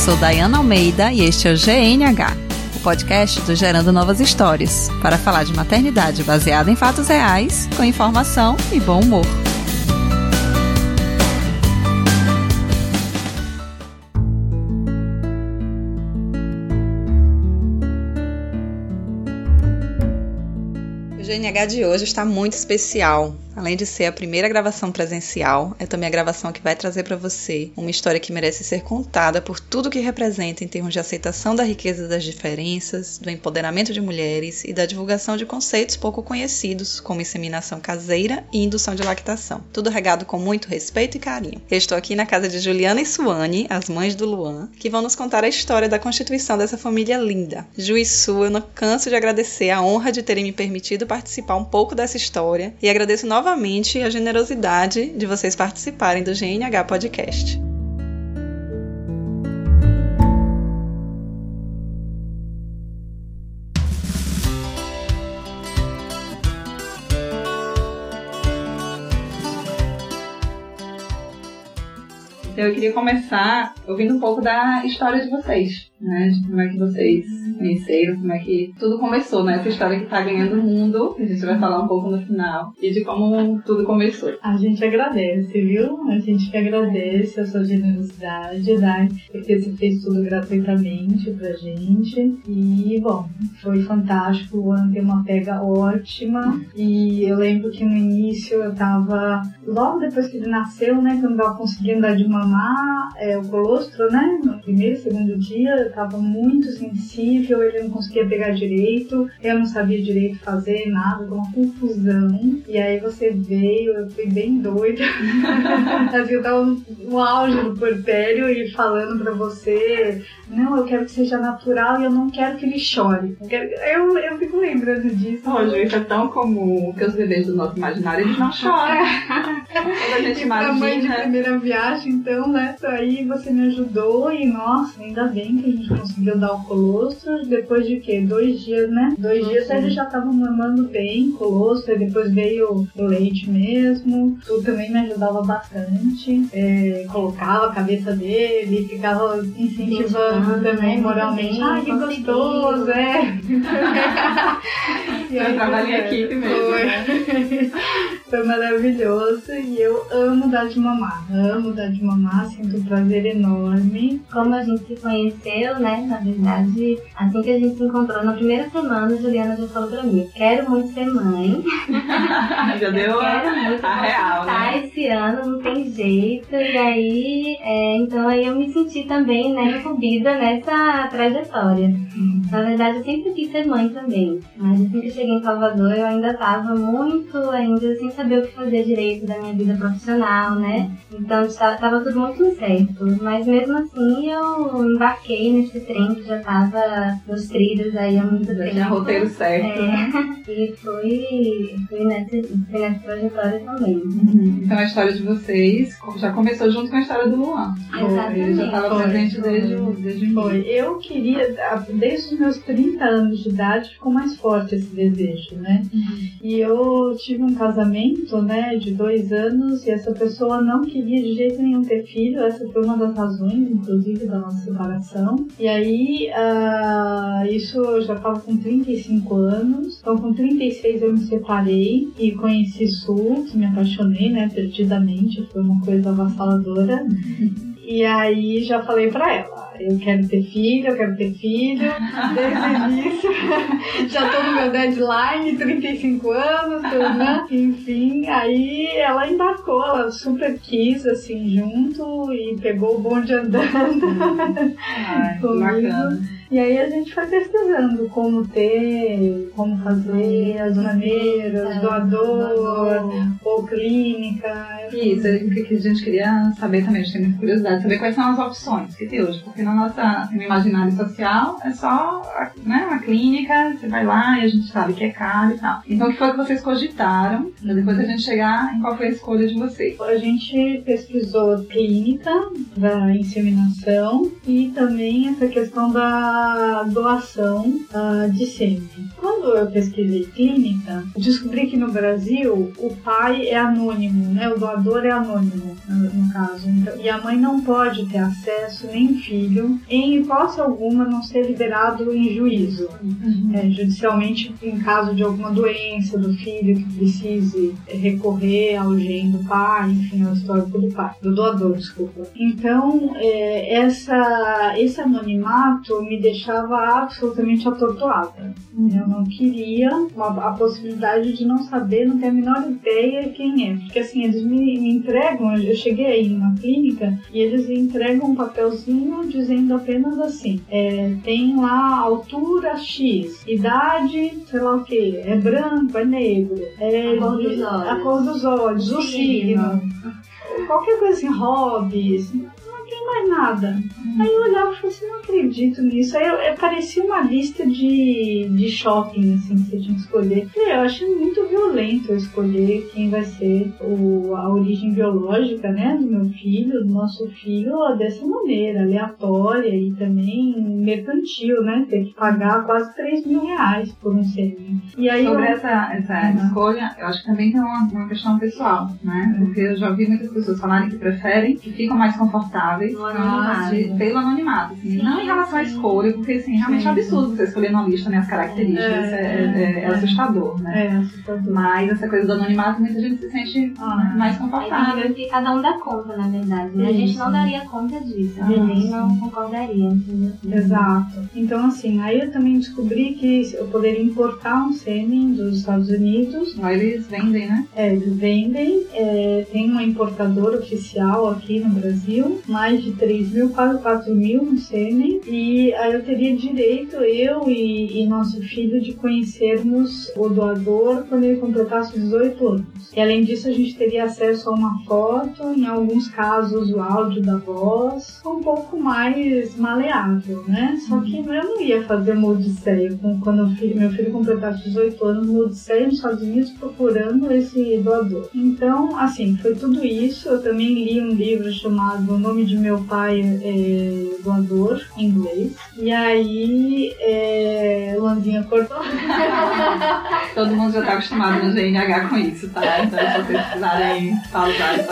sou Dayana Almeida e este é o GNH, o podcast do Gerando Novas Histórias, para falar de maternidade baseada em fatos reais, com informação e bom humor. O GNH de hoje está muito especial. Além de ser a primeira gravação presencial, é também a gravação que vai trazer para você uma história que merece ser contada por tudo que representa em termos de aceitação da riqueza das diferenças, do empoderamento de mulheres e da divulgação de conceitos pouco conhecidos, como inseminação caseira e indução de lactação. Tudo regado com muito respeito e carinho. Eu estou aqui na casa de Juliana e Suane, as mães do Luan, que vão nos contar a história da constituição dessa família linda. Ju e Su, eu não canso de agradecer a honra de terem me permitido participar um pouco dessa história e agradeço novamente a generosidade de vocês participarem do GNH Podcast. Então eu queria começar ouvindo um pouco da história de vocês, né? De como é que vocês conheceram, como é que tudo começou, né? Essa história que tá ganhando o mundo, que a gente vai falar um pouco no final, e de como tudo começou. A gente agradece, viu? A gente que agradece a sua generosidade, né? Porque você fez tudo gratuitamente pra gente. E, bom, foi fantástico, o Luan tem uma pega ótima. E eu lembro que no início eu tava, logo depois que ele nasceu, né? Que eu não tava conseguindo dar de mamar o colostro, né? No primeiro e segundo dia eu tava muito sensível, ele não conseguia pegar direito, eu não sabia direito fazer nada, uma confusão. E aí você veio, eu fui bem doida. Eu tava no auge do puerpério e falando pra você, não, eu quero que seja natural e eu não quero que ele chore. Eu fico lembrando disso. Hoje isso é tão comum que os bebês do nosso imaginário, eles não choram. Quando a gente imagina... mãe de primeira viagem, então, né? Aí você me ajudou e, nossa, ainda bem que a gente conseguiu dar o colostro. Depois de quê? 2 dias, né? 2 dias ele já tava mamando bem, colostro, e depois veio o leite mesmo. Tu também me ajudava bastante. Colocava a cabeça dele, ficava incentivando também moralmente. Ai, que gostoso, Eu trabalhei em equipe mesmo, né? Foi maravilhoso e eu amo dar de mamar. Sinto um prazer enorme. Como a gente se conheceu, né? Na verdade, assim que a gente se encontrou na primeira semana, a Juliana já falou pra mim: quero muito ser mãe. Já deu a real, né? Esse ano, não tem jeito. E aí, então aí eu me senti também, né, incumbida nessa trajetória. Na verdade, eu sempre quis ser mãe também. Mas assim que eu cheguei em Salvador, eu ainda tava muito sem saber o que fazer direito da minha vida profissional, né? Então tava tudo muito incerto. Mas mesmo assim eu embarquei nesse trem que já tava nos trilhos aí há muito tempo. Já tinha roteiro certo, né? E fui nessa trajetória também. Então a história de vocês já começou junto com a história do Luan. Exatamente. Ele já estava presente desde o início. Eu queria, desde os meus 30 anos de idade, ficou mais forte esse desejo, né? E eu tive um casamento, né, de 2 anos, e essa pessoa não queria de jeito nenhum ter filho. Essa foi uma das razões, inclusive, da nossa separação. E aí, isso eu já estava com 35 anos. Então, com 36 eu me separei e conheci Su, que me apaixonei, né, perdidamente. Foi uma coisa avassaladora. E aí já falei pra ela, eu quero ter filho, desde o início. Já tô no meu deadline, 35 anos, né? Enfim, aí ela embarcou, ela super quis, assim, junto, e pegou o bonde andando. Ai, bacana. E aí a gente foi pesquisando como fazer, as maneiras, doador, ou clínica. Isso, o que a gente queria saber também, a gente tem muita curiosidade, saber quais são as opções que tem hoje, porque no imaginário social é só, né, uma clínica, você vai lá e a gente sabe que é caro e tal. Então o que foi que vocês cogitaram, pra depois a gente chegar em qual foi a escolha de vocês? A gente pesquisou clínica da inseminação e também essa questão da doação de sêmen. Quando eu pesquisei clínica, descobri que no Brasil o pai pai é anônimo, né? O doador é anônimo, no caso. Então, e a mãe não pode ter acesso, nem o filho, em hipótese alguma, não ser liberado em juízo. Judicialmente, em caso de alguma doença do filho que precise recorrer ao gen do pai, enfim, ao histórico do pai, do doador, desculpa. Então, esse anonimato me deixava absolutamente atordoada. Eu não queria a possibilidade de não saber, não ter a menor ideia quem é. Porque assim, eles me entregam, eu cheguei aí numa clínica e eles entregam um papelzinho dizendo apenas assim, tem lá altura X, idade, sei lá o que, é branco, é negro, a cor dos olhos, o signo, qualquer coisa assim, hobbies, não tem mais nada. Aí eu olhava e falei assim, não acredito nisso. Aí parecia uma lista de shopping, assim, que você tinha que escolher. Eu achei muito violento eu escolher quem vai ser a origem biológica, né, do meu filho, do nosso filho, dessa maneira, aleatória e também mercantil, né, ter que pagar quase 3 mil reais por um sêmen. E aí sobre essa escolha, eu acho que também tem uma questão pessoal, né, porque eu já ouvi muitas pessoas falarem que preferem, que ficam mais confortáveis pelo anonimato, assim, não em relação à escolha, porque assim, realmente é um absurdo você escolher numa lista, né, as características, é assustador, né? É assustador. Mas essa coisa do anonimato, muita gente se sente mais confortável. Porque cada um dá conta, na verdade, né? A gente não daria conta disso, a gente não concordaria, entendeu? Exato. Então, assim, aí eu também descobri que eu poderia importar um sêmen dos Estados Unidos. Eles vendem, né? Eles vendem, tem uma importadora oficial aqui no Brasil, mais de 3 mil, quase 4 mil no sêmen, e aí eu teria direito, eu e nosso filho, de conhecermos o doador quando ele completasse 18 anos. E além disso, a gente teria acesso a uma foto, em alguns casos o áudio da voz, um pouco mais maleável, né? Só que eu não ia fazer uma odisseia quando meu filho completasse 18 anos, uma odisseia nos Estados Unidos procurando esse doador. Então, assim, foi tudo isso. Eu também li um livro chamado O Nome de Meu Pai Doador, em inglês. E aí, Landinha cortou. Todo mundo já está acostumado no GNH com isso, tá? Então, se vocês precisarem pausar.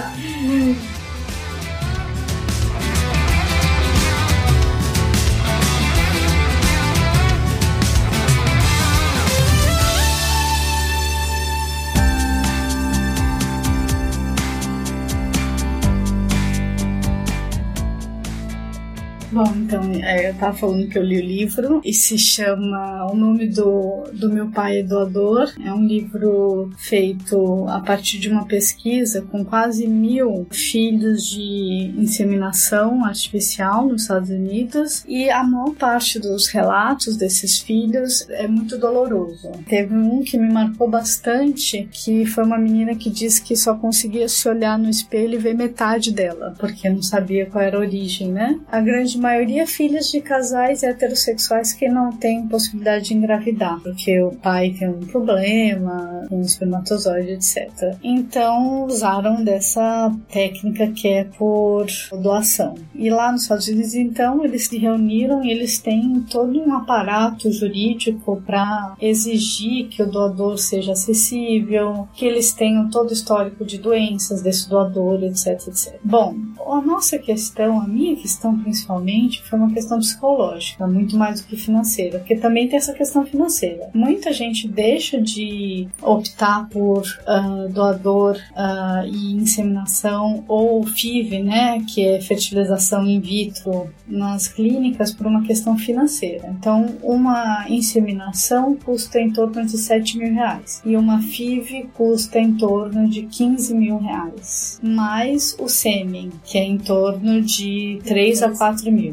Bom, então, eu tava falando que eu li o livro e se chama O Nome do Meu Pai Doador. É um livro feito a partir de uma pesquisa com quase 1.000 filhos de inseminação artificial nos Estados Unidos, e a maior parte dos relatos desses filhos é muito doloroso. Teve um que me marcou bastante, que foi uma menina que disse que só conseguia se olhar no espelho e ver metade dela, porque não sabia qual era a origem, né? A grande maioria filhas de casais heterossexuais que não têm possibilidade de engravidar, porque o pai tem um problema com o espermatozoide, etc. Então usaram dessa técnica que é por doação. E lá nos Estados Unidos, então, eles se reuniram e eles têm todo um aparato jurídico para exigir que o doador seja acessível, que eles tenham todo o histórico de doenças desse doador, etc, etc. Bom, a nossa questão, a minha questão principalmente, foi uma questão psicológica, muito mais do que financeira, porque também tem essa questão financeira. Muita gente deixa de optar por doador e inseminação, ou FIV, né, que é fertilização in vitro, nas clínicas por uma questão financeira. Então, uma inseminação custa em torno de 7 mil reais e uma FIV custa em torno de 15 mil reais, mais o sêmen, que é em torno de 3 a 4 mil.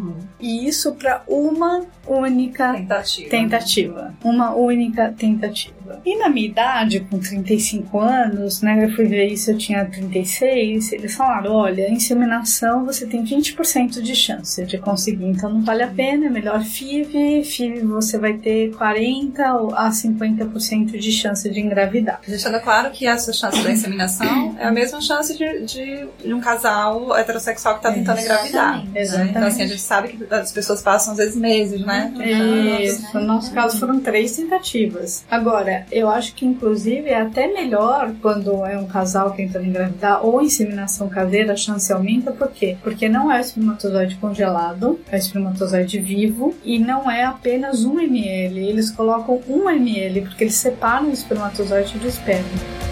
E isso para uma única tentativa. Uma única tentativa. E na minha idade, com 35 anos, né, eu fui ver isso, eu tinha 36, eles falaram, olha, a inseminação você tem 20% de chance de conseguir, então não vale a pena, é melhor FIV você vai ter 40% a 50% de chance de engravidar. Deixando claro que essa chance da inseminação é a mesma chance de um casal heterossexual que está tentando engravidar. Exatamente. Então, assim, a gente sabe que as pessoas passam às vezes meses, né? Isso. No nosso caso foram 3 tentativas. Agora, eu acho que inclusive é até melhor quando é um casal tentando engravidar ou inseminação caseira, a chance aumenta. Por quê? Porque não é o espermatozoide congelado, é o espermatozoide vivo e não é apenas 1 ml. Eles colocam 1 ml porque eles separam o espermatozoide do esperma.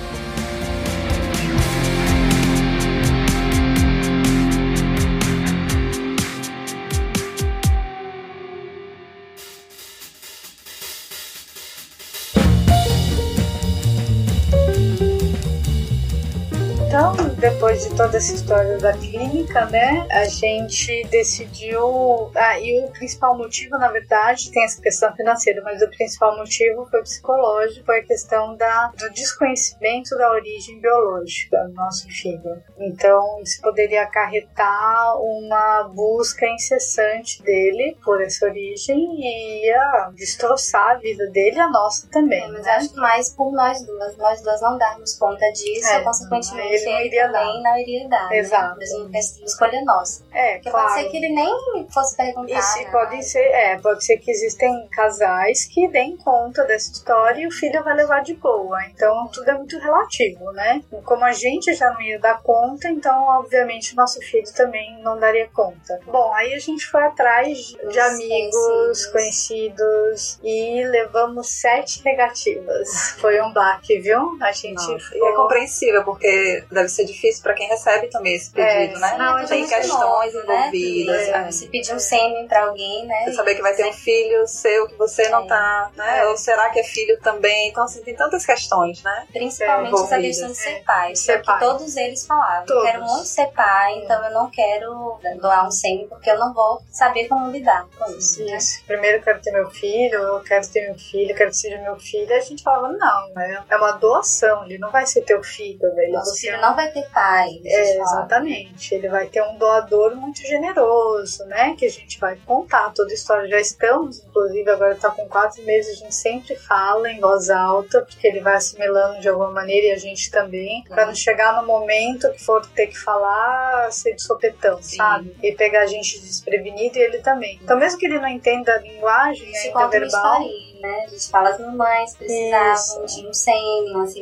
Então, depois de toda essa história da clínica, né, a gente decidiu... e o principal motivo, na verdade, tem essa questão financeira, mas o principal motivo foi psicológico, foi a questão do desconhecimento da origem biológica do nosso filho. Então, isso poderia acarretar uma busca incessante dele por essa origem e ia destroçar a vida dele e a nossa também. Mas acho que mais por nós duas não darmos conta disso, consequentemente ele também não iria dar. Exato. Né? Mas uma escolha nossa. Porque claro. Pode ser que ele nem fosse perguntar. Isso pode ser que existem casais que deem conta dessa história e o filho vai levar de boa. Então tudo é muito relativo, né? Como a gente já não ia dar conta, então obviamente nosso filho também não daria conta. Bom, aí a gente foi atrás de amigos, conhecidos e levamos 7 negativas. Foi um baque, viu? A gente é compreensível, porque deve ser difícil para quem recebe também esse pedido, né? Não, tem questões envolvidas. Né? Se pedir um sêmen pra alguém, né? Você saber que vai ter um filho seu que você não tá, né? Ou será que é filho também? Então, assim, tem tantas questões, né? Principalmente essa questão de ser pai. Que todos eles falavam. Todos. Eu quero muito ser pai, então eu não quero doar um sêmen, porque eu não vou saber como lidar com isso. Isso. Primeiro eu quero ter meu filho, eu quero ter meu filho, eu quero que seja meu filho. E a gente falava, não, né? É uma doação, ele não vai ser teu filho, velho. Nosso filho não vai ter pai. Exatamente. Ele vai ter um doador muito generoso, né? Que a gente vai contar toda a história. Já estamos, inclusive, agora tá com 4 meses, a gente sempre fala em voz alta, porque ele vai assimilando de alguma maneira e a gente também, pra não chegar no momento que for ter que falar, ser de sopetão, sabe? E pegar a gente desprevenido e ele também. Então, mesmo que ele não entenda a linguagem ainda verbal, né? A gente fala as mamães precisavam de um sêmen, uma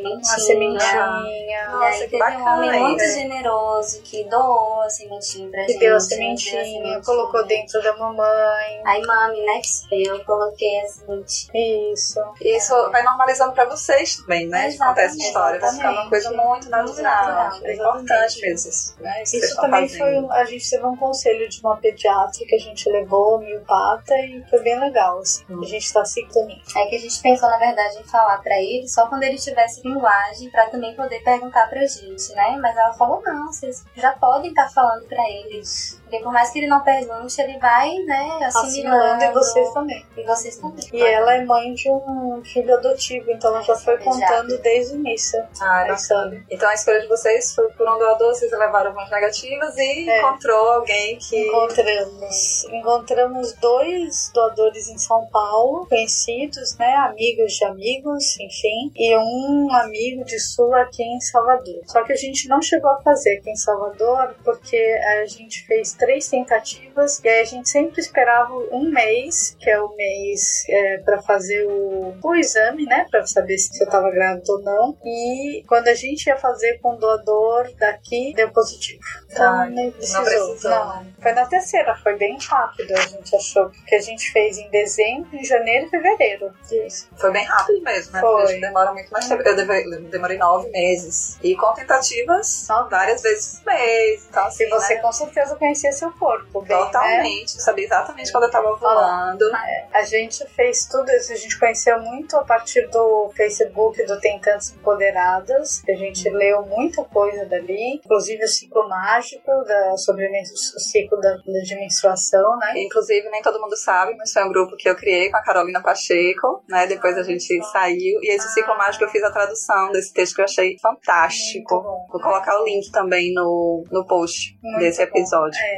sementinha. Nossa, e aí que teve bacana, um homem muito generoso que doou a sementinha pra gente. Que deu a sementinha, colocou dentro da mamãe. Aí, mami, né, que eu coloquei a sementinha. Isso vai normalizando pra vocês também, né? De contar essa história. Vai ficar uma coisa muito natural. É importante mesmo isso, né? Isso também foi... A gente teve um conselho de uma pediatra que a gente levou, homeopata, e foi bem legal, assim. A gente tá seguindo. É que a gente pensou, na verdade, em falar pra ele só quando ele tivesse linguagem pra também poder perguntar pra gente, né? Mas ela falou, não, vocês já podem estar falando pra ele. Porque por mais que ele não pergunte, ele vai, né, assimilando. E vocês também. E ela é mãe de um filho adotivo, então ela já foi contando desde o início. Bacana. Então a escolha de vocês foi por um doador, vocês levaram algumas negativas e encontrou alguém que... Encontramos 2 doadores em São Paulo, conhecidos, né, amigos de amigos, enfim, e um amigo de Sul aqui em Salvador. Só que a gente não chegou a fazer aqui em Salvador porque a gente fez 3 tentativas e aí a gente sempre esperava um mês, que é o mês para fazer o exame, né, para saber se eu estava grávida ou não, e quando a gente ia fazer com o doador daqui, deu positivo. Então nem precisou. Não. Foi na terceira, foi bem rápido, a gente achou, porque a gente fez em dezembro, em janeiro e fevereiro. Isso. Foi bem rápido mesmo, né? Foi. Porque demora muito mais tempo. Eu demorei 9 meses. E com tentativas várias vezes por mês. Então, assim, e você com certeza conhecia seu corpo bem, totalmente. Né? Sabia exatamente quando eu tava ovulando. A gente fez tudo isso. A gente conheceu muito a partir do Facebook do Tentantes Empoderadas. A gente leu muita coisa dali. Inclusive o ciclo mágico sobre o ciclo de menstruação, né? Inclusive, nem todo mundo sabe, mas foi um grupo que eu criei com a Carolina Pacheco, né? Depois a gente saiu. E esse ciclo mágico eu fiz a tradução desse texto que eu achei fantástico. Vou colocar o link também no post desse episódio.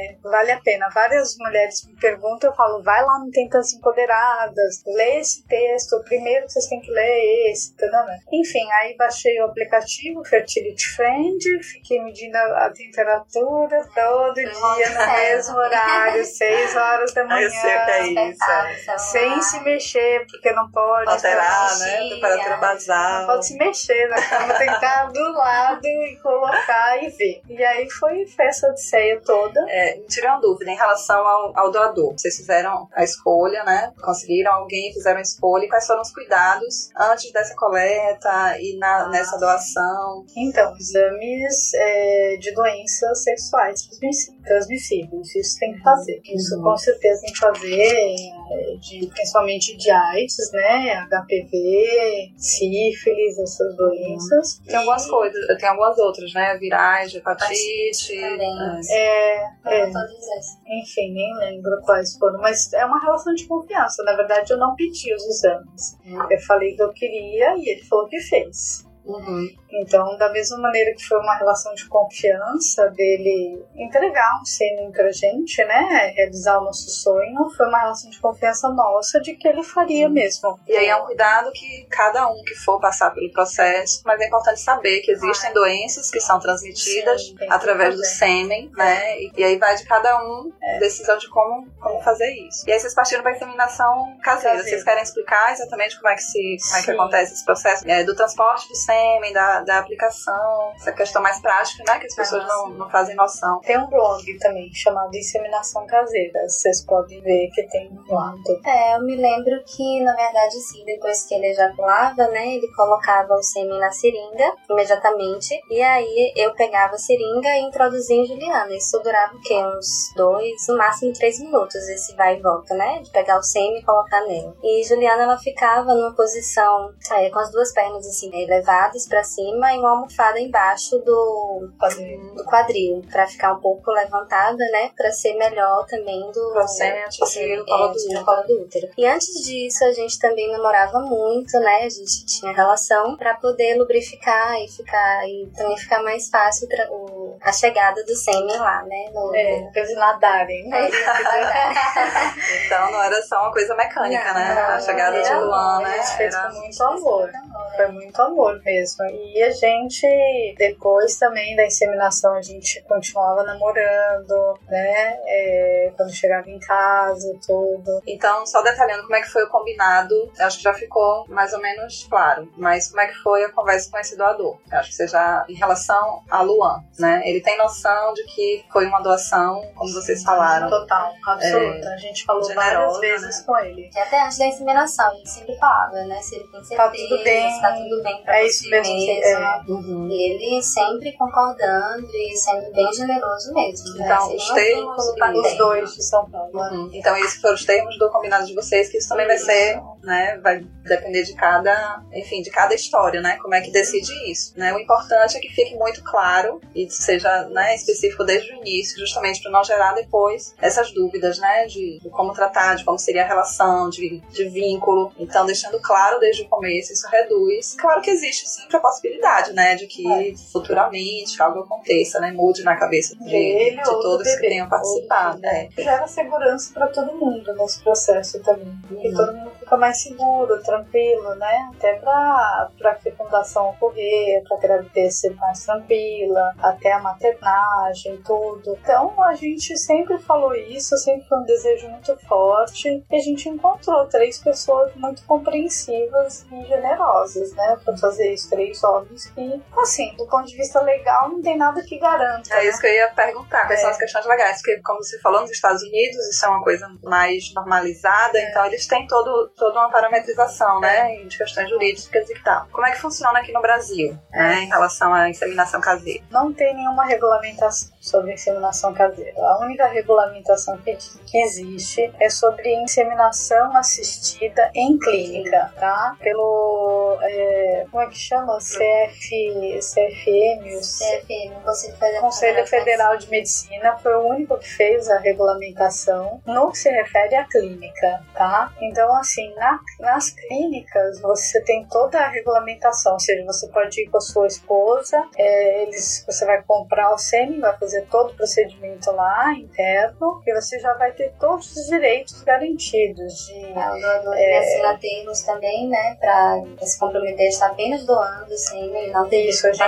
vale a pena. Várias mulheres me perguntam, eu falo, vai lá no Tentas Empoderadas, lê esse texto, o primeiro que vocês têm que ler é esse, né? Enfim, aí baixei o aplicativo Fertility Friend, fiquei medindo a temperatura todo dia no mesmo horário, 6 horas da manhã. Eu sei o que é isso. Sem se mexer, porque não pode alterar, né? Temperatura basal. Não pode se mexer na cama, tem que estar do lado e colocar e ver. E aí foi essa odisseia toda. Me tirei uma dúvida em relação ao doador. Vocês fizeram a escolha, né? Conseguiram alguém, fizeram a escolha. E quais foram os cuidados antes dessa coleta e nessa doação? Então, exames de doenças sexuais transmissíveis. Isso tem que fazer. Isso com certeza tem que fazer, principalmente de AIDS, né? HPV, sífilis, essas doenças. Tem algumas coisas, tem algumas outras, né? Virais, hepatite. Enfim, nem lembro quais foram, mas é uma relação de confiança. Na verdade, eu não pedi os exames. Eu falei que eu queria e ele falou que fez. Então, da mesma maneira que foi uma relação de confiança dele entregar um sêmen pra gente, né, realizar o nosso sonho, foi uma relação de confiança nossa de que ele faria mesmo. E aí é um cuidado que cada um que for passar pelo processo, mas é importante saber que existem doenças que são transmitidas através do sêmen, né, e aí vai de cada um decisão de como fazer isso. E aí vocês partiram para inseminação caseira. Vocês querem explicar exatamente como é que acontece esse processo do transporte do sêmen, da aplicação, essa questão mais prática, né, que as pessoas não fazem noção. Tem um blog também chamado Inseminação Caseira, vocês podem ver que tem um lado. Eu me lembro que, na verdade, sim, depois que ele ejaculava, né, ele colocava o sêmen na seringa imediatamente, e aí eu pegava a seringa e introduzia em Juliana. Isso durava o quê? Uns 2, no máximo 3 minutos, esse vai e volta, né, de pegar o sêmen e colocar nela. E Juliana, ela ficava numa posição, com as duas pernas assim, levadas pra cima e uma almofada embaixo do quadril, pra ficar um pouco levantada, né, pra ser melhor também do sêmen atingir o colo do útero. E antes disso, a gente também namorava muito, né, a gente tinha relação pra poder lubrificar e também ficar mais fácil a chegada do sêmen lá, né, pra eles nadarem, né? Então não era só uma coisa mecânica, né, a chegada de Luan, né, fez com muito amor. Foi muito amor mesmo. E a gente, depois também da inseminação, a gente continuava namorando, né? Quando chegava em casa, tudo. Então, só detalhando como é que foi o combinado, eu acho que já ficou mais ou menos claro. Mas como é que foi a conversa com esse doador? Eu acho que seja em relação a Luan, né? Ele tem noção de que foi uma doação, como vocês falaram. Total, absoluta. A gente falou várias vezes, né, com ele. E até antes da inseminação, a gente sempre falava, né? Se ele tem certeza, tá tudo bem pra isso mesmo. E ele sempre concordando e sendo bem generoso mesmo. Então, né? os termos, os dois de São Paulo. Então, esses foram os termos do combinado de vocês, que isso também vai ser, né, vai depender de cada história, né, como é que decide isso, né. O importante é que fique muito claro e seja, né, específico desde o início, justamente para não gerar depois essas dúvidas, né, de como tratar, de como seria a relação, de vínculo. Então, deixando claro desde o começo, isso reduz. Claro que existe sempre a possibilidade, né, de que futuramente algo aconteça, né, mude na cabeça de todos que tenham participado. Gera segurança para todo mundo nesse processo também. E todo mundo fica mais seguro, tranquilo, né? Até pra fecundação ocorrer, pra gravidez ser mais tranquila, até a maternagem, tudo. Então a gente sempre falou isso, sempre foi um desejo muito forte, e a gente encontrou 3 pessoas muito compreensivas e generosas, né? Pra fazer isso, 3 homens que, assim, do ponto de vista legal, não tem nada que garanta. É isso que eu ia perguntar, quais são as questões legais, porque como você falou, nos Estados Unidos isso é uma coisa mais normalizada, então eles têm toda uma parametrização, né, de questões jurídicas e tal. Como é que funciona aqui no Brasil, né, em relação à inseminação caseira? Não tem nenhuma regulamentação sobre inseminação caseira. A única regulamentação que existe é sobre inseminação assistida em clínica, tá? Pelo, como é que chama? CFM, Conselho Federal de Medicina, foi o único que fez a regulamentação no que se refere à clínica, tá? Então, assim, nas clínicas você tem toda a regulamentação Então, ou seja, você pode ir com a sua esposa, você vai comprar o sêmen, vai fazer todo o procedimento lá, interno, e você já vai ter todos os direitos garantidos. O doador assina termos também, né, para se comprometer, está apenas doando o sêmen, não tem isso, a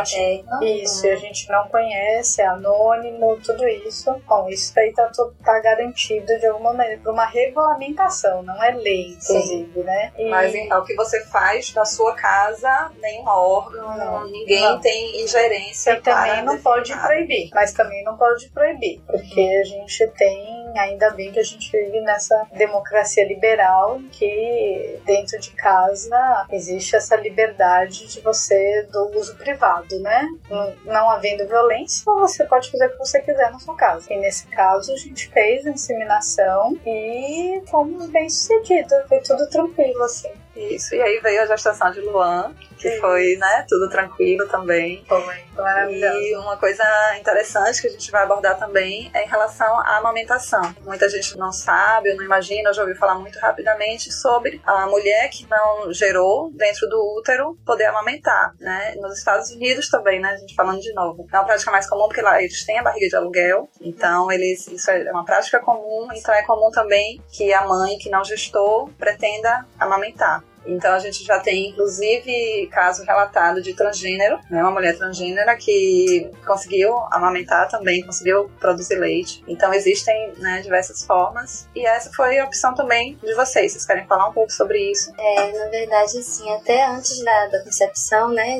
gente não conhece, é anônimo, tudo isso. Bom, isso daí tá garantido de alguma maneira, por uma regulamentação, não é lei, inclusive, né? Mas então, o que você faz na sua casa, nenhum órgão, ninguém tem ingerência. E também não pode proibir, mas também não pode proibir, porque a gente tem, ainda bem que a gente vive nessa democracia liberal, em que dentro de casa existe essa liberdade de você, do uso privado, né? Não havendo violência, você pode fazer o que você quiser na sua casa. E nesse caso, a gente fez a inseminação e fomos bem sucedidos, foi tudo tranquilo, assim. Isso, e aí veio a gestação de Luan, que foi, né, tudo tranquilo também. Foi maravilhoso. E uma coisa interessante que a gente vai abordar também é em relação à amamentação. Muita gente não sabe, ou não imagina, eu já ouvi falar muito rapidamente sobre a mulher que não gerou dentro do útero poder amamentar, né? Nos Estados Unidos também, né, a gente falando de novo. É uma prática mais comum porque lá eles têm a barriga de aluguel, então isso é uma prática comum, então é comum também que a mãe que não gestou pretenda amamentar. Então a gente já tem, inclusive, caso relatado de transgênero, né, uma mulher transgênera que conseguiu amamentar também, conseguiu produzir leite. Então existem, né, diversas formas. E essa foi a opção também de vocês. Vocês querem falar um pouco sobre isso? Na verdade, assim, até antes da concepção, né,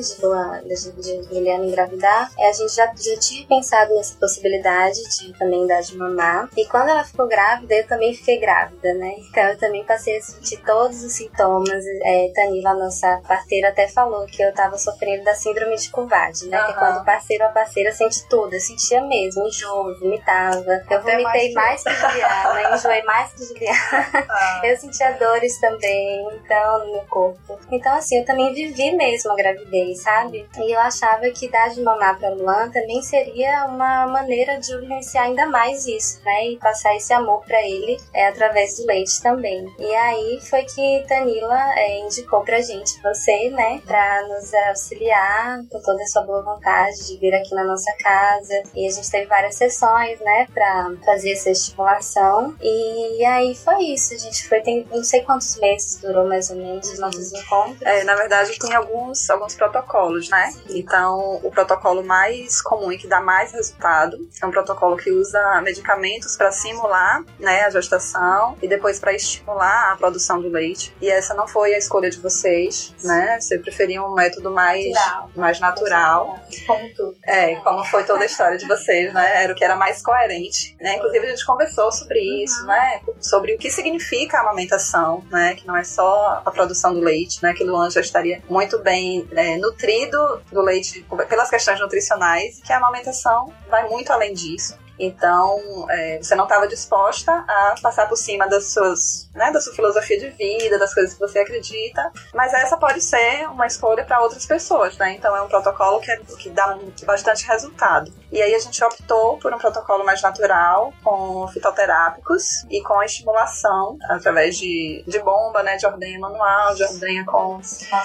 de Juliana engravidar, a gente já tinha pensado nessa possibilidade de também dar de mamar. E quando ela ficou grávida, eu também fiquei grávida, né? Então eu também passei a sentir todos os sintomas. Tanila, nossa parteira, até falou que eu tava sofrendo da síndrome de Covarde, né? Que é quando o parceiro ou a parceira sente tudo. Eu sentia mesmo, enjoo, vomitava. Eu vomitei mais que Juliana, enjoei mais que Juliana. Eu sentia dores também, então, no meu corpo. Então, assim, eu também vivi mesmo a gravidez, sabe? E eu achava que dar de mamar pra Luan também seria uma maneira de vivenciar ainda mais isso, né? E passar esse amor pra ele através do leite também. E aí foi que Tanila indicou pra gente, você, né, pra nos auxiliar com toda a sua boa vontade de vir aqui na nossa casa. E a gente teve várias sessões, né, pra fazer essa estimulação. E aí foi isso, a gente foi, não sei quantos meses durou mais ou menos os nossos encontros. Na verdade, tem alguns protocolos, né? Então, o protocolo mais comum e que dá mais resultado é um protocolo que usa medicamentos para simular, né, a gestação e depois para estimular a produção do leite. E essa não foi a escolha de vocês, né? Você preferiu um método mais natural. Como tudo. Como foi toda a história de vocês, né? Era o que era mais coerente, né? Inclusive a gente conversou sobre isso, né? Sobre o que significa a amamentação, né? Que não é só a produção do leite, né? Que o Luan já estaria muito bem nutrido do leite pelas questões nutricionais, e que a amamentação vai muito além disso. Então, você não estava disposta a passar por cima da sua filosofia de vida, das coisas que você acredita, mas essa pode ser uma escolha para outras pessoas, né? Então é um protocolo que dá bastante resultado. E aí a gente optou por um protocolo mais natural, com fitoterápicos e com a estimulação através de bomba, né? De ordenha manual, de ordenha com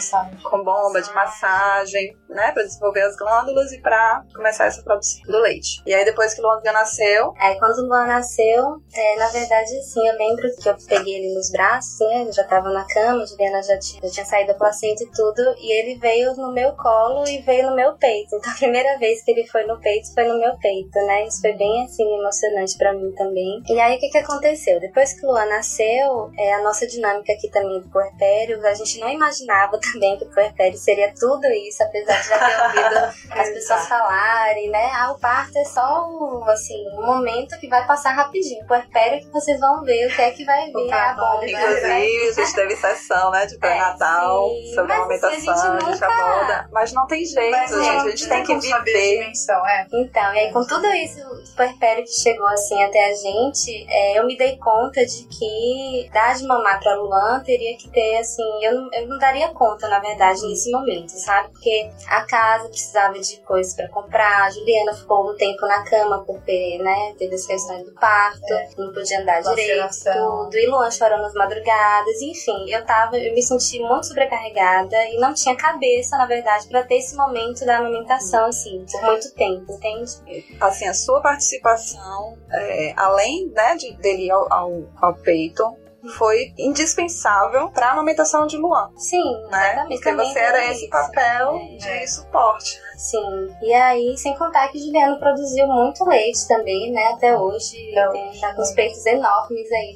bomba, de massagem, né? Para desenvolver as glândulas e para começar essa produção do leite. E aí depois que o Luan nasceu. Quando o Luan nasceu, na verdade, assim, eu lembro que eu peguei ele nos braços, né? Eu já tava na cama, a Juliana já tinha saído da placenta e tudo, e ele veio no meu colo e veio no meu peito. Então, a primeira vez que ele foi no peito, foi no meu peito, né? Isso foi bem, assim, emocionante pra mim também. E aí, o que aconteceu? Depois que o Luan nasceu, a nossa dinâmica aqui também do puerpério, a gente não imaginava também que o puerpério seria tudo isso, apesar de já ter ouvido as pessoas falarem, né? O parto é só assim, um momento que vai passar rapidinho. Puerpério que vocês vão ver o que é que vai vir. Inclusive, a gente teve sessão, né, de pré-natal sobre a amamentação, a gente aborda. Mas não tem jeito, gente. A gente tem que viver. Então, e aí com tudo isso, o puerpério que chegou assim até a gente, eu me dei conta de que dar de mamar pra Luan teria que ter, assim, eu não daria conta, na verdade, nesse momento, sabe? Porque a casa precisava de coisas pra comprar, a Juliana ficou um tempo na cama porque porque, né, teve as questões do parto, não podia andar direito, tudo, e Luan chorando nas madrugadas, enfim, eu me senti muito sobrecarregada e não tinha cabeça, na verdade, pra ter esse momento da amamentação, assim, por muito tempo, entende? Assim, a sua participação, além, né, dele ir ao peito, foi indispensável para a amamentação de Luan. Sim, né? exatamente. Porque você era esse papel de suporte. Sim, e aí, sem contar que Juliano produziu muito leite também, né, até hoje, tá com os peitos enormes aí,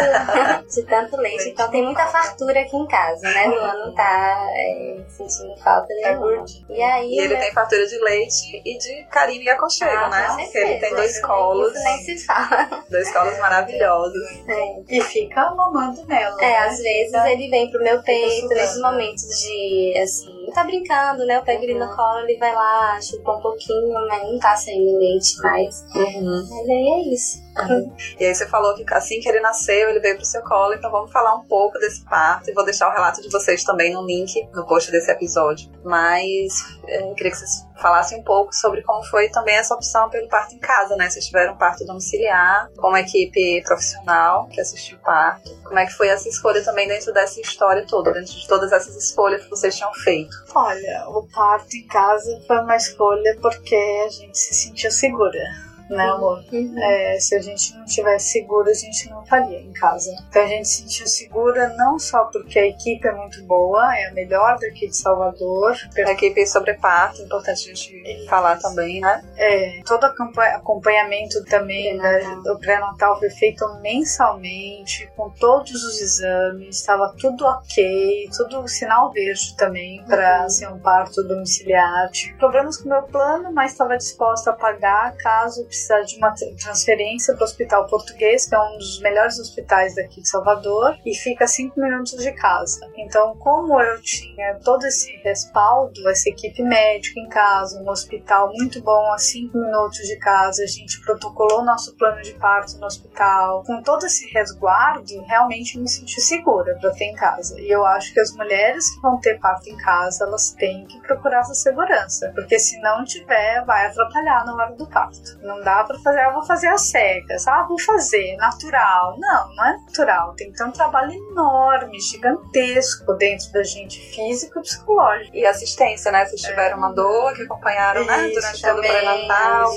de tanto leite, então tem muita fartura aqui em casa, né, Luan não tá sentindo falta nenhuma. E aí, ele tem fartura de leite e de carinho e aconchego, né, porque ele tem 2 colos, isso nem se fala. 2 colos maravilhosos. E fica mamando nela. Às vezes ele vem pro meu peito, nesses momentos de, assim, tá brincando, né, eu pego ele no colo, ele vai lá, chupa um pouquinho, mas não tá saindo leite mais. Mas aí é isso. E aí você falou que assim que ele nasceu, ele veio pro seu colo, então vamos falar um pouco desse parto e vou deixar o relato de vocês também no link, no post desse episódio. Mas eu queria que vocês falassem um pouco sobre como foi também essa opção pelo parto em casa, né? Vocês tiveram um parto domiciliar, com uma equipe profissional que assistiu o parto. Como é que foi essa escolha também dentro dessa história toda, dentro de todas essas escolhas que vocês tinham feito? Olha, o parto em casa foi uma escolha porque a gente se sentiu segura, né, amor? Se a gente não estivesse segura, a gente não faria em casa. Então a gente se sentiu segura não só porque a equipe é muito boa, é a melhor daqui de Salvador. A equipe sobre parto, importante a gente falar também, né? Todo acompanhamento também do pré-natal foi feito mensalmente, com todos os exames, estava tudo ok, tudo sinal verde também para ser um parto domiciliar. Tive problemas com o meu plano, mas estava disposta a pagar caso precisar de uma transferência para o Hospital Português, que é um dos melhores hospitais daqui de Salvador, e fica a 5 minutos de casa. Então, como eu tinha todo esse respaldo, essa equipe médica em casa, um hospital muito bom a 5 minutos de casa, a gente protocolou nosso plano de parto no hospital, com todo esse resguardo, realmente me senti segura para ter em casa. E eu acho que as mulheres que vão ter parto em casa, elas têm que procurar essa segurança, porque se não tiver, vai atrapalhar na hora do parto. Não dá pra fazer, eu vou fazer as cegas, vou fazer, natural. Não é natural, tem que ter um trabalho enorme, gigantesco dentro da gente, físico e psicológico. E assistência, né? Vocês tiveram uma doula que acompanharam, né? Durante todo o pré-natal.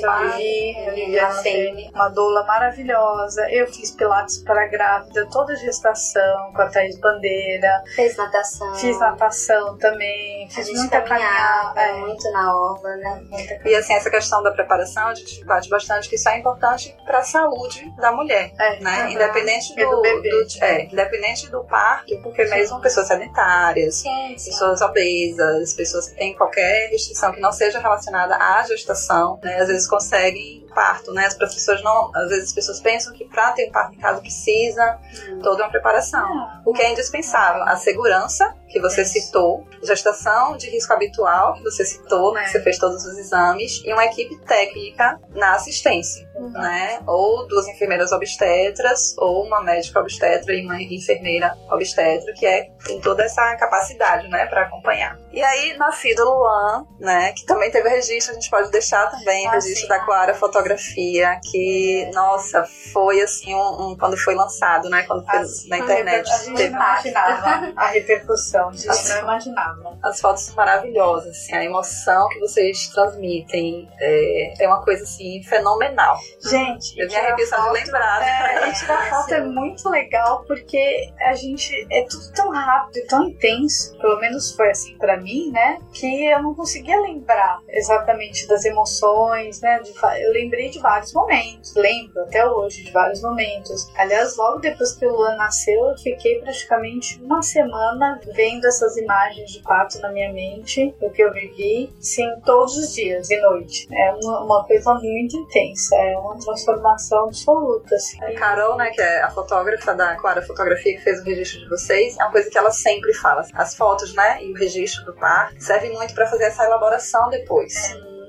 Uma doula maravilhosa. Eu fiz pilates para grávida, toda a gestação, com a Thaís Bandeira. Fez natação. Fiz natação também, fiz muita caminhada. Muito na orla, né? E assim, essa questão da preparação, a gente bate bastante que isso é importante para a saúde da mulher, né? Independente do bebê. Independente do parto, porque mesmo pessoas sedentárias, pessoas obesas, pessoas que têm qualquer restrição que não seja relacionada à gestação, né? Às vezes conseguem parto, né? As pessoas às vezes as pessoas pensam que para ter um parto em casa precisa toda uma preparação, o que é indispensável. A segurança que você citou, gestação de risco habitual que você citou, né? Que você fez todos os exames, e uma equipe técnica na assistência, né? Ou 2 enfermeiras obstetras, ou uma médica obstetra e uma enfermeira obstetra, que tem toda essa capacidade, né? Para acompanhar. E aí, nascido Luan, né? Que também teve registro, a gente pode deixar também o registro da Clara Fotografia, que, nossa, foi assim, quando foi lançado, né? Quando foi na internet. A gente não imaginava a repercussão, a gente não imaginava. As fotos maravilosas, assim, a emoção que vocês transmitem é uma coisa, assim, fenomenal. Gente, eu me arrepio só de lembrar. E tirar foto é muito legal, porque a gente, é tudo tão rápido e tão intenso, pelo menos foi assim pra mim, né, que eu não conseguia lembrar exatamente das emoções, né, eu lembrei de vários momentos, lembro até hoje de vários momentos. Aliás, logo depois que o Luan nasceu, eu fiquei praticamente uma semana vendo essas imagens de parto na minha mente, o que eu vivi, sim, todos os dias, de noite. É uma coisa muito intensa, é uma transformação absoluta, assim. A Carol, né, que é a fotógrafa da Clara Fotografia, que fez o registro de vocês, é uma coisa que ela sempre fala. As fotos, né, e o registro do parto servem muito para fazer essa elaboração depois.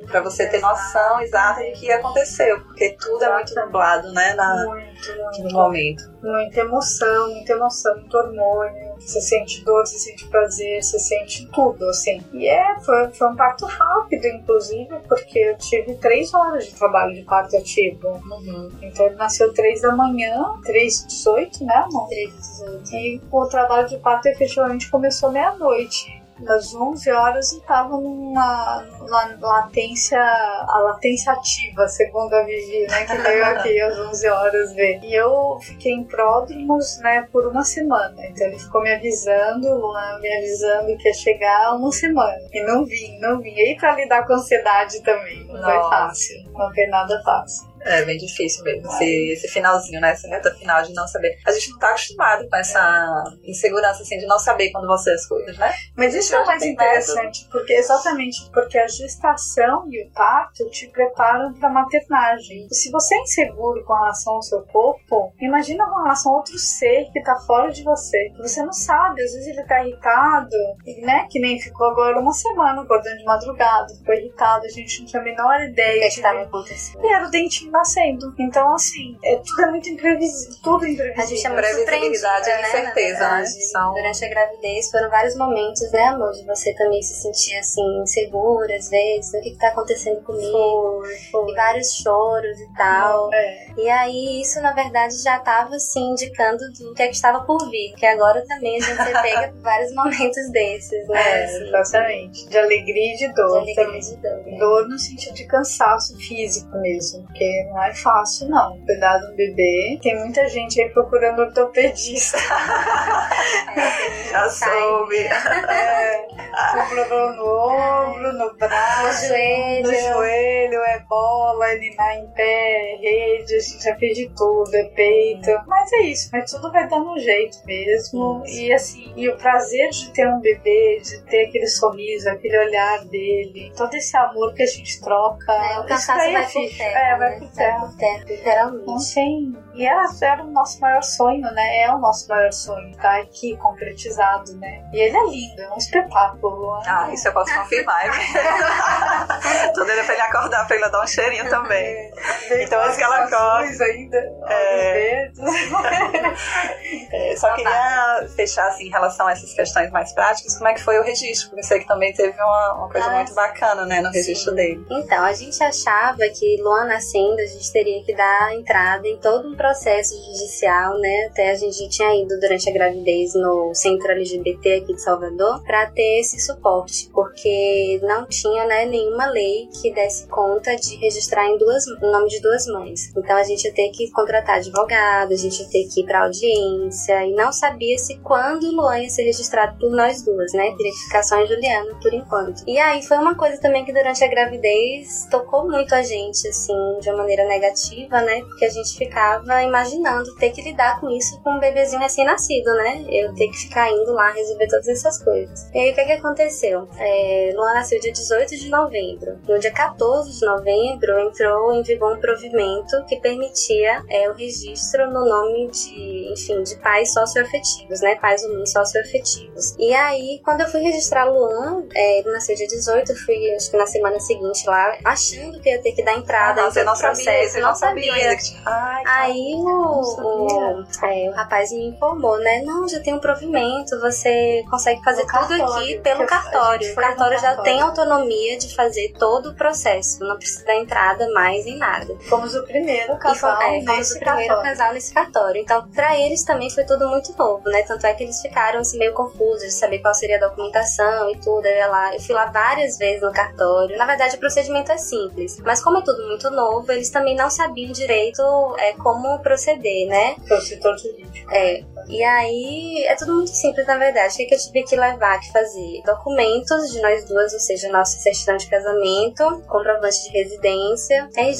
Pra você ter noção exata de que aconteceu, porque tudo é muito nublado, né, no momento. Muita emoção, muito hormônio. Você sente dor, você sente prazer, você sente tudo, assim. E foi um parto rápido, inclusive, porque eu tive 3 horas de trabalho de parto ativo. Então ele nasceu 3 da manhã, 3h18, né, amor? 3h18. E o trabalho de parto efetivamente começou meia-noite. Das 11 horas eu estava numa latência ativa, segundo a Vivi, né, que veio aqui às 11 horas ver. E eu fiquei em pródromos, né, por uma semana. Então ele ficou me avisando que ia chegar uma semana. E não vim. E aí pra lidar com a ansiedade também, não foi fácil. Não foi nada fácil. É bem difícil mesmo, esse finalzinho, né? Essa reta final de não saber. A gente não tá acostumado com essa insegurança, assim, de não saber quando vão ser as coisas, né? Mas isso é mais interessante, porque a gestação e o parto te preparam pra maternagem. Se você é inseguro com relação ao seu corpo, imagina com relação a outro ser que tá fora de você. Você não sabe, às vezes ele tá irritado, né? Que nem ficou agora uma semana acordando de madrugada, ficou irritado, a gente não tinha a menor ideia O que estava acontecendo? E era o dentinho nascendo. Então, assim, tudo é muito imprevisível. Tudo imprevisível. A gente é muito previsibilidade e incerteza, né? Durante a gravidez foram vários momentos, né, amor? De você também se sentir, assim, insegura, às vezes. O que tá acontecendo comigo? Foi. E vários choros e tal. E aí, isso, na verdade, já tava, assim, indicando do que é que estava por vir. Que agora também a gente se pega por vários momentos desses, né? Assim, Exatamente. De alegria e de dor. Né? Dor no sentido de cansaço físico mesmo. Porque não é fácil, não. Cuidar de um bebê. Tem muita gente aí procurando ortopedista. Já soube. Problema no ombro, no braço, no joelho, é bola, é ninar em pé, rede, a gente já fez de tudo, é peito. Mas é isso, mas tudo vai dando um jeito mesmo. E assim, e o prazer de ter um bebê, de ter aquele sorriso, aquele olhar dele, todo esse amor que a gente troca. O cansaço vai por terra. Vai por terra. Literalmente. Não tem. E era o nosso maior sonho, né? É o nosso maior sonho, tá aqui concretizado, né? E ele é lindo, é um espetáculo. Isso eu posso confirmar. Tô doida pra ele acordar, pra ele dar um cheirinho também. Então antes que ela acorde ainda, só queria fechar assim, em relação a essas questões mais práticas, como é que foi o registro? Porque eu sei que também teve uma coisa muito bacana, né, no registro dele. Então, a gente achava que Luan nascendo, a gente teria que dar entrada em todo um processo judicial, né? Até a gente tinha ido durante a gravidez no Centro LGBT aqui de Salvador para ter esse suporte, porque não tinha, né, nenhuma lei que desse conta de registrar em nome de 2 mães. Então a gente ia ter que contratar advogado, a gente ia ter que ir para audiência e não sabia-se quando Luan ia ser registrado por nós duas, né? Teria que ficar só em Juliana por enquanto. E aí foi uma coisa também que durante a gravidez tocou muito a gente, assim, de uma maneira negativa, né? Porque a gente ficava imaginando ter que lidar com isso com um bebezinho recém-nascido, né? Eu ter que ficar indo lá resolver todas essas coisas. E aí o que aconteceu? Luan nasceu dia 18 de novembro. No dia 14 de novembro entrou em vigor um provimento que permitia o registro no nome de pais socioafetivos, né? Pais ou mães socioafetivos. E aí, quando eu fui registrar Luan, ele nasceu dia 18, eu fui, acho que na semana seguinte lá, achando que ia ter que dar entrada em todo o processo. Não sabia. Aí o rapaz me informou, né? Não, já tem um provimento, você consegue fazer tudo aqui pelo cartório. O cartório já tem autonomia de fazer todo o processo, não precisa dar entrada mais em nada. Fomos o primeiro casal nesse cartório. Então, pra eles também foi tudo muito novo, né? Tanto é que eles ficaram assim, meio confusos de saber qual seria a documentação e tudo. Eu fui lá várias vezes no cartório. Na verdade, o procedimento é simples, mas como é tudo muito novo, eles também não sabiam direito como proceder, né? Foi o setor jurídico. E aí, é tudo muito simples, na verdade. O que eu tive que levar, que fazer? Documentos de nós duas, ou seja, nossa certidão de casamento, comprovante de residência, RG, CPF,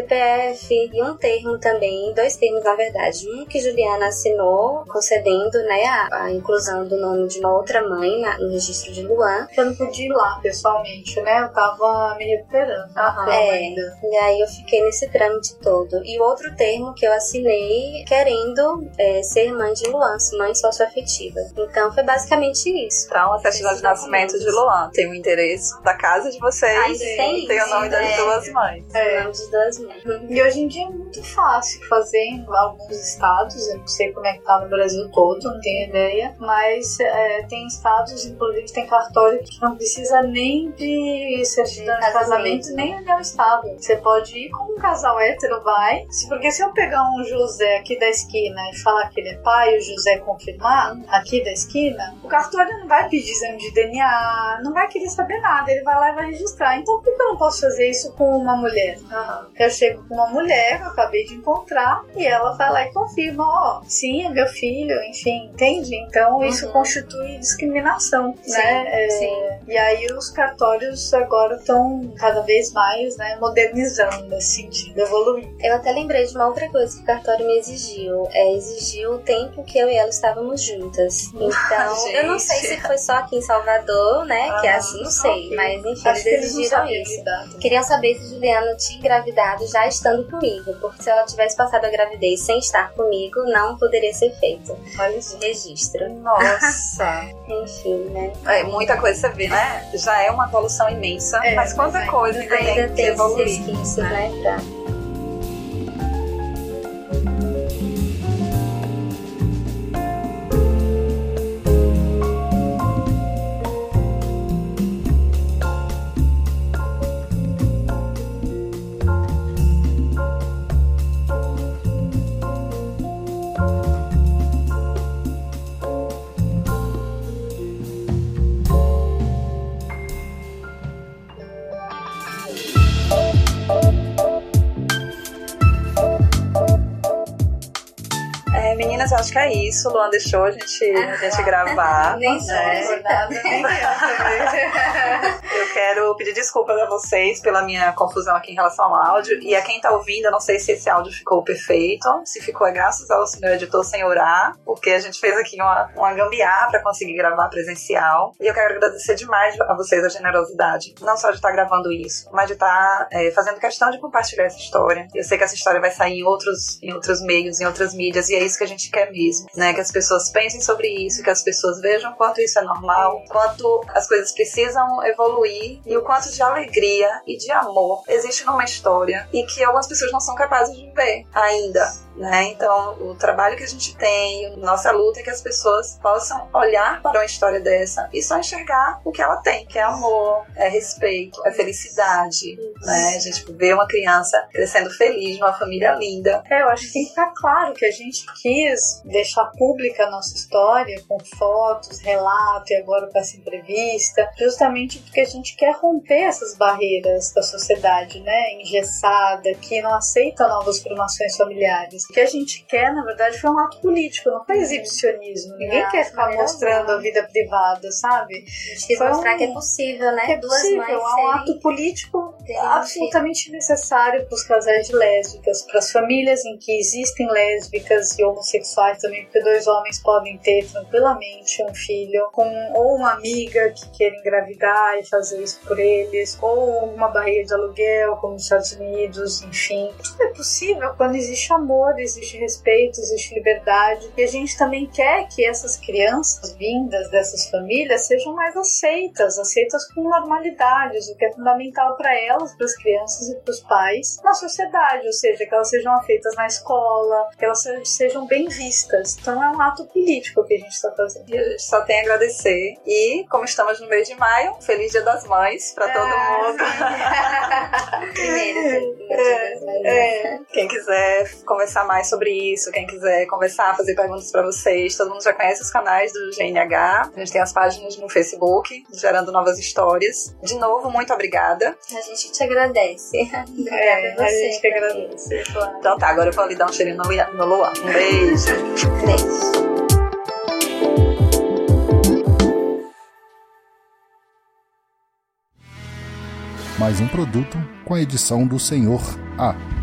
CPF e um termo também, 2 termos na verdade. Um que Juliana assinou, concedendo, né, a inclusão do nome de uma outra mãe no registro de Luan. Eu não pude ir lá pessoalmente, né? Eu tava me recuperando. E aí eu fiquei nesse trâmite todo. E outro termo que eu assinei querendo ser mãe de Luan, mãe socioafetiva. Então foi basicamente isso. Então, a certidão de nascimento de Luan tem o endereço da casa de vocês, tem o nome das duas mães. O nome das duas mães. E hoje em dia é muito fácil fazer em alguns estados, eu não sei como é que tá no Brasil todo, não tenho ideia, mas tem estados, inclusive tem cartório que não precisa nem de certidão de casamento, nem união estado. Você pode ir como um casal hétero, vai, porque se eu pegar um José aqui da esquina e falar que ele é pai, o José confirmar aqui da esquina, o cartório não vai pedir exame de DNA, não vai querer saber nada, ele vai lá e vai registrar. Então por que eu não posso fazer isso com uma mulher? Eu chego com uma mulher que eu acabei de encontrar e ela vai lá e confirma, sim, é meu filho, enfim, entende? Então isso constitui discriminação, né? E aí os cartórios agora estão cada vez mais, né, modernizando nesse sentido, evoluindo. Eu até lembrei de uma outra coisa que o cartório me exigiu. Exigiu o tempo que eu e ela estávamos juntas. Então, eu não sei se foi só aqui em Salvador, né? Que é assim, não sei. Mas enfim, eles exigiram isso. Queriam saber se Juliana tinha engravidado já estando comigo. Porque se ela tivesse passado a gravidez sem estar comigo, não poderia ser feito. Olha isso. Registro. Nossa! Enfim, né? Muita coisa você vê, né? Já é uma evolução imensa, mas quanta coisa ainda tem que evoluir. Resquícios, né? Meninas, eu acho que é isso. Luan deixou a gente gravar. Nem sou recordada, nem eu quero pedir desculpas a vocês pela minha confusão aqui em relação ao áudio. E a quem tá ouvindo, eu não sei se esse áudio ficou perfeito. Se ficou, é graças ao meu editor sem orar, porque a gente fez aqui uma gambiarra pra conseguir gravar presencial. E eu quero agradecer demais a vocês a generosidade. Não só de estar gravando isso, mas de estar fazendo questão de compartilhar essa história. Eu sei que essa história vai sair em outros meios, em outras mídias, e é isso que a gente quer mesmo, né? Que as pessoas pensem sobre isso, que as pessoas vejam quanto isso é normal, quanto as coisas precisam evoluir e o quanto de alegria e de amor existe numa história e que algumas pessoas não são capazes de ver ainda, né? Então, o trabalho que a gente tem, nossa luta é que as pessoas possam olhar para uma história dessa e só enxergar o que ela tem, que é amor, é respeito, é felicidade, né? A gente vê uma criança crescendo feliz, numa família linda. Eu acho que tem que ficar claro que a gente quis deixar pública a nossa história com fotos, relato e agora com essa entrevista, justamente porque a gente quer romper essas barreiras da sociedade, né? Engessada, que não aceita novas formações familiares. O que a gente quer, na verdade, foi um ato político, não foi exibicionismo. Ninguém quer ficar mostrando a vida privada, sabe? A gente quis mostrar que é possível, né? Que é possível, é um ato político absolutamente necessário para os casais de lésbicas, para as famílias em que existem lésbicas e homossexuais também, porque 2 homens podem ter tranquilamente um filho ou uma amiga que queira engravidar e fazer isso por eles, ou uma barreira de aluguel, como nos Estados Unidos, enfim. Tudo é possível quando existe amor, existe respeito, existe liberdade. E a gente também quer que essas crianças vindas dessas famílias sejam mais aceitas com normalidade, o que é fundamental para elas, para as crianças e para os pais na sociedade, ou seja, que elas sejam aceitas na escola, que elas sejam bem vistas. Então é um ato político que a gente está fazendo. E a gente só tem a agradecer. E como estamos no mês de maio, feliz Dia das Mães para todo mundo. Primeiro, Quem quiser conversar mais sobre isso, quem quiser conversar, fazer perguntas para vocês, todo mundo já conhece os canais do GNH. A gente tem as páginas no Facebook, gerando novas histórias. De novo, muito obrigada. A gente te agradece. Obrigada a você. A gente que agradece. Claro. Então tá, agora eu vou ali dar um cheirinho no Luan. Um beijo. Beijo. Mais um produto com a edição do Senhor A.